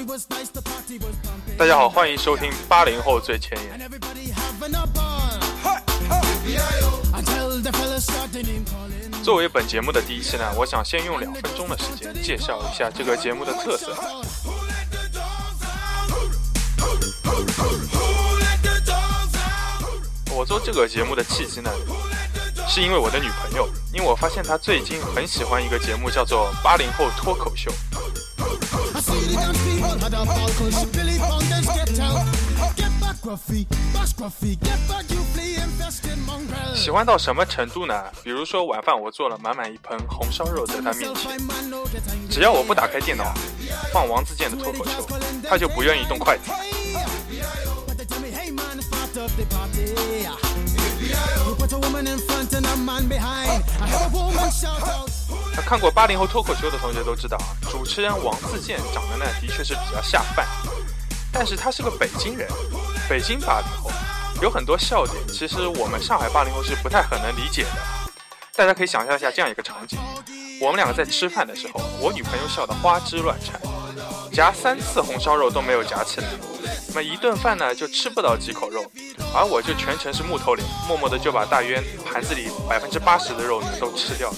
大家好，欢迎收听80后最前沿。作为本节目的第一期呢，我想先用2分钟的时间介绍一下这个节目的特色。我做这个节目的契机呢，是因为我的女朋友，因为我发现她最近很喜欢一个节目，叫做80后脱口秀。喜欢到什么程度呢？比如说晚饭我做了满满一盆红烧肉在她面前，只要我不打开电脑放王自健的脱口秀，她就不愿意动筷子。看过80后脱口秀的同学都知道啊，主持人王自健长得呢的确是比较下饭，但是他是个北京人，北京80后有很多笑点，其实我们上海80后是不太很能理解的。大家可以想象一下这样一个场景，我们两个在吃饭的时候，我女朋友笑得花枝乱颤，夹3次红烧肉都没有夹起来，那么一顿饭呢就吃不到几口肉，而我就全程是木头脸，默默的就把大约盘子里80%的肉都吃掉了。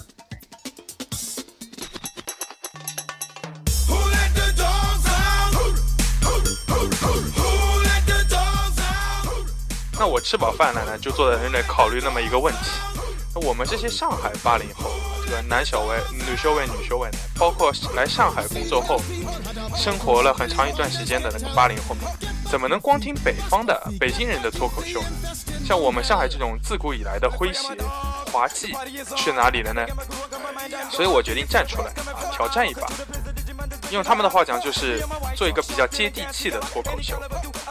那我吃饱饭了呢，就坐在那里考虑那么一个问题：那我们这些上海80后，这个男小微、女小微、女小微呢，包括来上海工作后生活了很长一段时间的那个80后们，怎么能光听北方的北京人的脱口秀呢？像我们上海这种自古以来的诙谐滑稽去哪里了呢？所以我决定站出来挑战一把，用他们的话讲就是做一个比较接地气的脱口秀。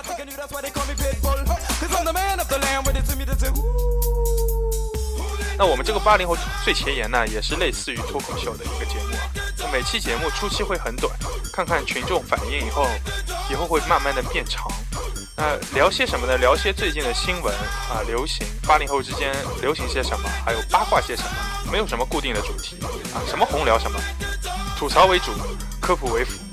那我们这个80后最前沿呢，也是类似于脱口秀的一个节目啊。每期节目初期会很短，看看群众反应以后会慢慢的变长。聊些什么呢？聊些最近的新闻啊，流行80后之间流行些什么，还有八卦些什么，没有什么固定的主题啊，什么红聊什么，吐槽为主，科普为辅。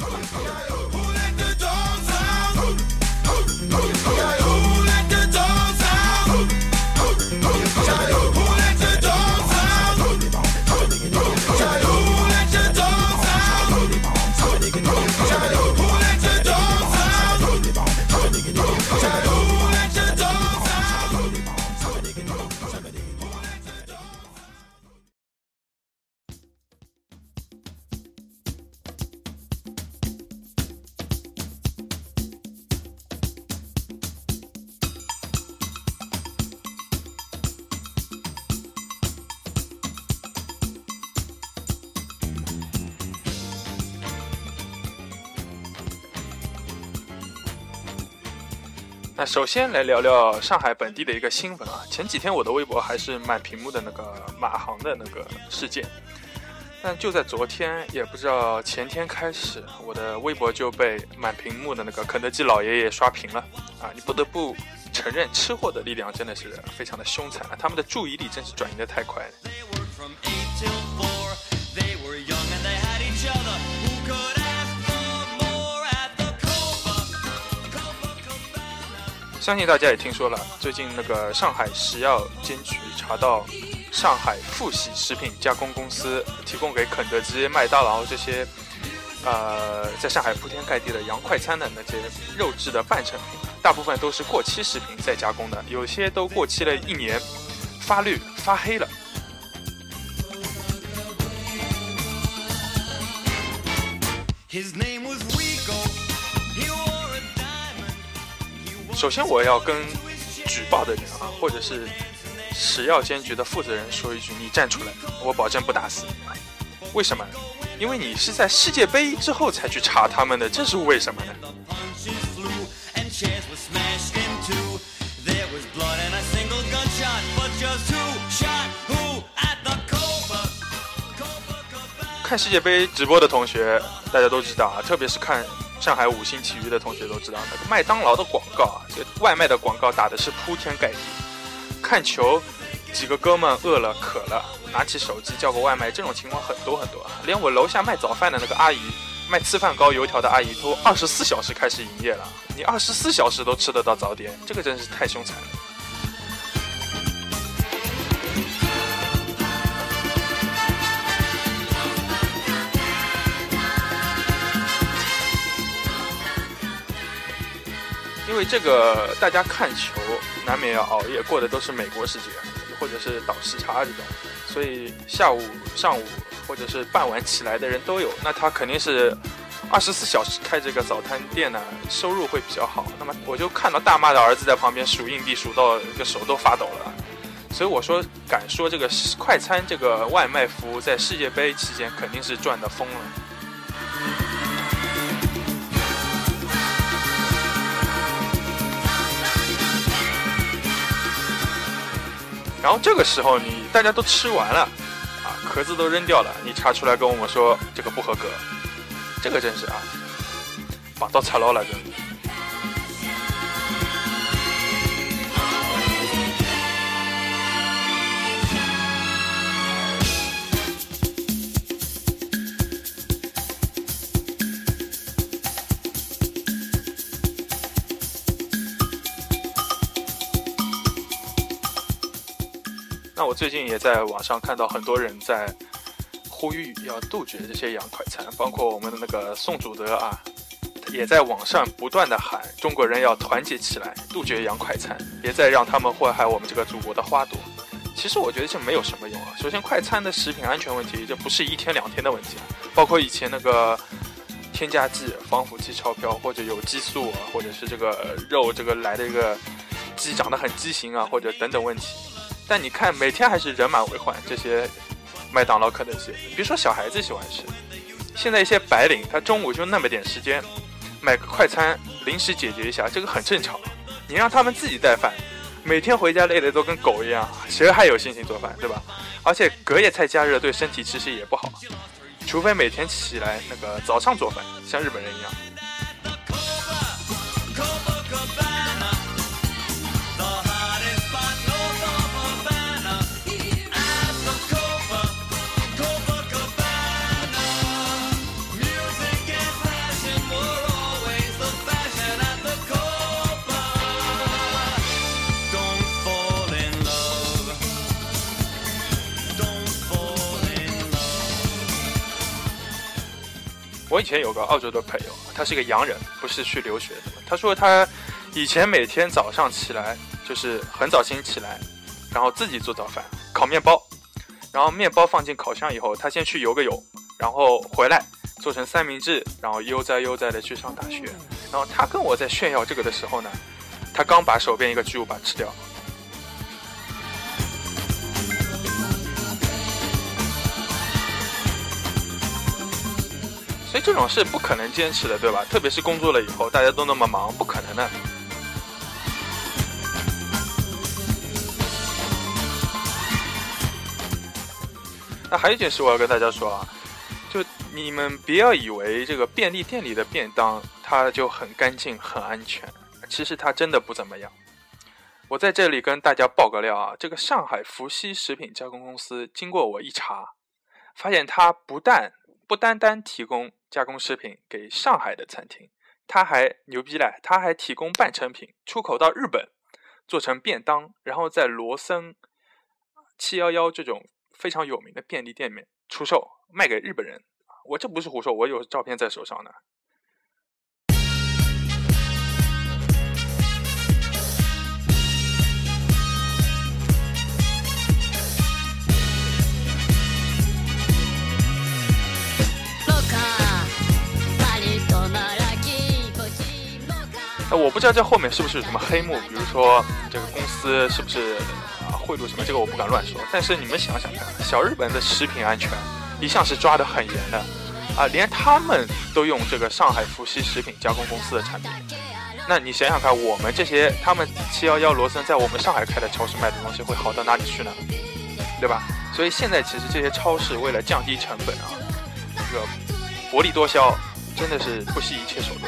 那首先来聊聊上海本地的一个新闻啊，前几天我的微博还是满屏幕的那个马航的那个事件，但就在昨天，也不知道前天开始，我的微博就被满屏幕的那个肯德基老爷爷刷屏了啊！你不得不承认，吃货的力量真的是非常的凶残啊，他们的注意力真是转移的太快了。相信大家也听说了，最近那个上海食药监局查到上海富喜食品加工公司提供给肯德基、麦当劳这些在上海铺天盖地的洋快餐的那些肉质的半成品，大部分都是过期食品再加工的，有些都过期了1年，发绿发黑了。首先我要跟举报的人啊，或者是食药监局的负责人说一句，你站出来，我保证不打死你啊！为什么？因为你是在世界杯之后才去查他们的，这是为什么呢？看世界杯直播的同学大家都知道啊，特别是看上海5星体育的同学都知道，那个麦当劳的广告啊，这外卖的广告打的是铺天盖地。看球，几个哥们饿了渴了，拿起手机叫个外卖，这种情况很多很多啊。连我楼下卖早饭的那个阿姨， 卖吃饭糕油条的阿姨都24小时开始营业了，你24小时都吃得到早点，这个真是太凶残了。因为这个大家看球难免要熬夜，过的都是美国时间或者是倒时差这种，所以下午上午或者是傍晚起来的人都有，那他肯定是24小时开这个早餐店呢，收入会比较好。那么我就看到大妈的儿子在旁边数硬币，数到这个手都发抖了。所以我说敢说这个快餐这个外卖服务在世界杯期间肯定是赚得疯了。然后这个时候大家都吃完了啊，壳子都扔掉了，你查出来跟我们说这个不合格，这个真是啊，绑到踩牢了真的。那我最近也在网上看到很多人在呼吁要杜绝这些洋快餐，包括我们的那个宋祖德啊，也在网上不断的喊中国人要团结起来，杜绝洋快餐，别再让他们祸害我们这个祖国的花朵。其实我觉得这没有什么用啊。首先，快餐的食品安全问题，这不是1天2天的问题，包括以前那个添加剂、防腐剂超标，或者有激素啊，或者是这个肉这个来的这个鸡长得很畸形啊，或者等等问题。但你看每天还是人满为患，这些麦当劳、肯德基，比如说小孩子喜欢吃，现在一些白领他中午就那么点时间，买个快餐临时解决一下，这个很正常。你让他们自己带饭，每天回家累得都跟狗一样，谁还有心情做饭，对吧？而且隔夜菜加热对身体其实也不好，除非每天起来那个早上做饭，像日本人一样。我以前有个澳洲的朋友，他是个洋人，不是去留学的。他说他以前每天早上起来就是很早先起来，然后自己做早饭，烤面包，然后面包放进烤箱以后，他先去游个泳，然后回来做成三明治，然后悠哉悠哉的去上大学。然后他跟我在炫耀这个的时候呢，他刚把手边一个巨无霸吃掉。所以这种是不可能坚持的，对吧？特别是工作了以后，大家都那么忙，不可能的。那还有一件事我要跟大家说啊，就你们不要以为这个便利店里的便当它就很干净很安全，其实它真的不怎么样。我在这里跟大家爆个料啊，这个上海伏羲食品加工公司经过我一查，发现它不单单提供加工食品给上海的餐厅，它还牛逼了，它还提供半成品出口到日本，做成便当，然后在罗森、711这种非常有名的便利店面出售，卖给日本人。我这不是胡说，我有照片在手上的。我不知道这后面是不是有什么黑幕，比如说这个公司是不是贿赂什么，这个我不敢乱说。但是你们想想看，小日本的食品安全一向是抓得很严的啊，连他们都用这个上海伏羲食品加工公司的产品。那你想想看，我们这些他们711罗森在我们上海开的超市卖的东西会好到哪里去呢？对吧？所以现在其实这些超市为了降低成本啊，这个薄利多销，真的是不惜一切手段。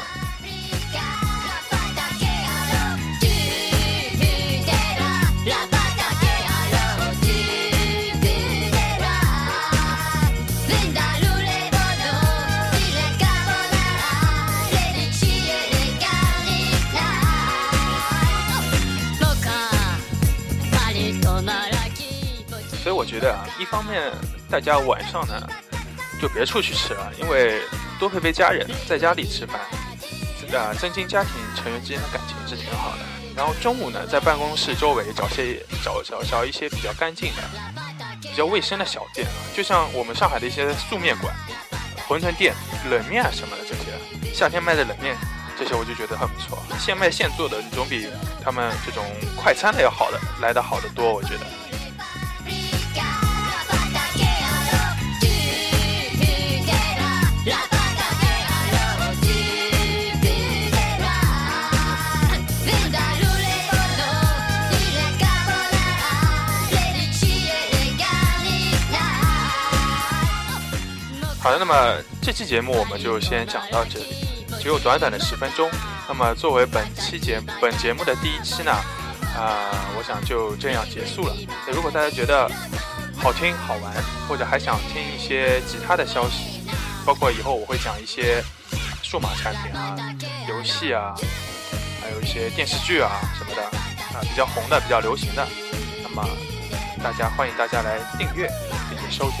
我觉得一方面大家晚上呢就别出去吃了，因为多陪陪家人，在家里吃饭，增进家庭成员之间的感情是挺好的。然后中午呢，在办公室周围找一些比较干净的、比较卫生的小店，就像我们上海的一些素面馆、馄饨店、冷面什么的，这些夏天卖的冷面，这些我就觉得很不错。现卖现做的，你总比他们这种快餐的要来得好得多，我觉得。好的，那么这期节目我们就先讲到这里，只有短短的10分钟。那么作为本节目的第一期呢，我想就这样结束了。如果大家觉得好听好玩，或者还想听一些其他的消息，包括以后我会讲一些数码产品啊、游戏啊，还有一些电视剧啊什么的比较红的、比较流行的，那么欢迎大家来订阅并且收听。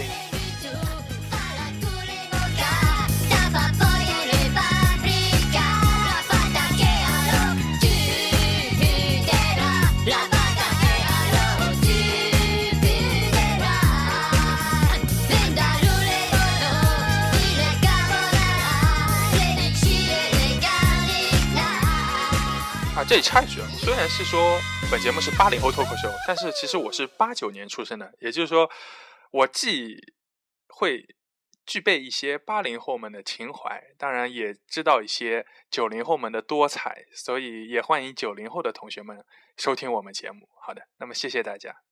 这里插一句，虽然是说本节目是80后脱口秀，但是其实我是89年出生的，也就是说我既会具备一些80后们的情怀，当然也知道一些90后们的多彩，所以也欢迎90后的同学们收听我们节目。好的，那么谢谢大家。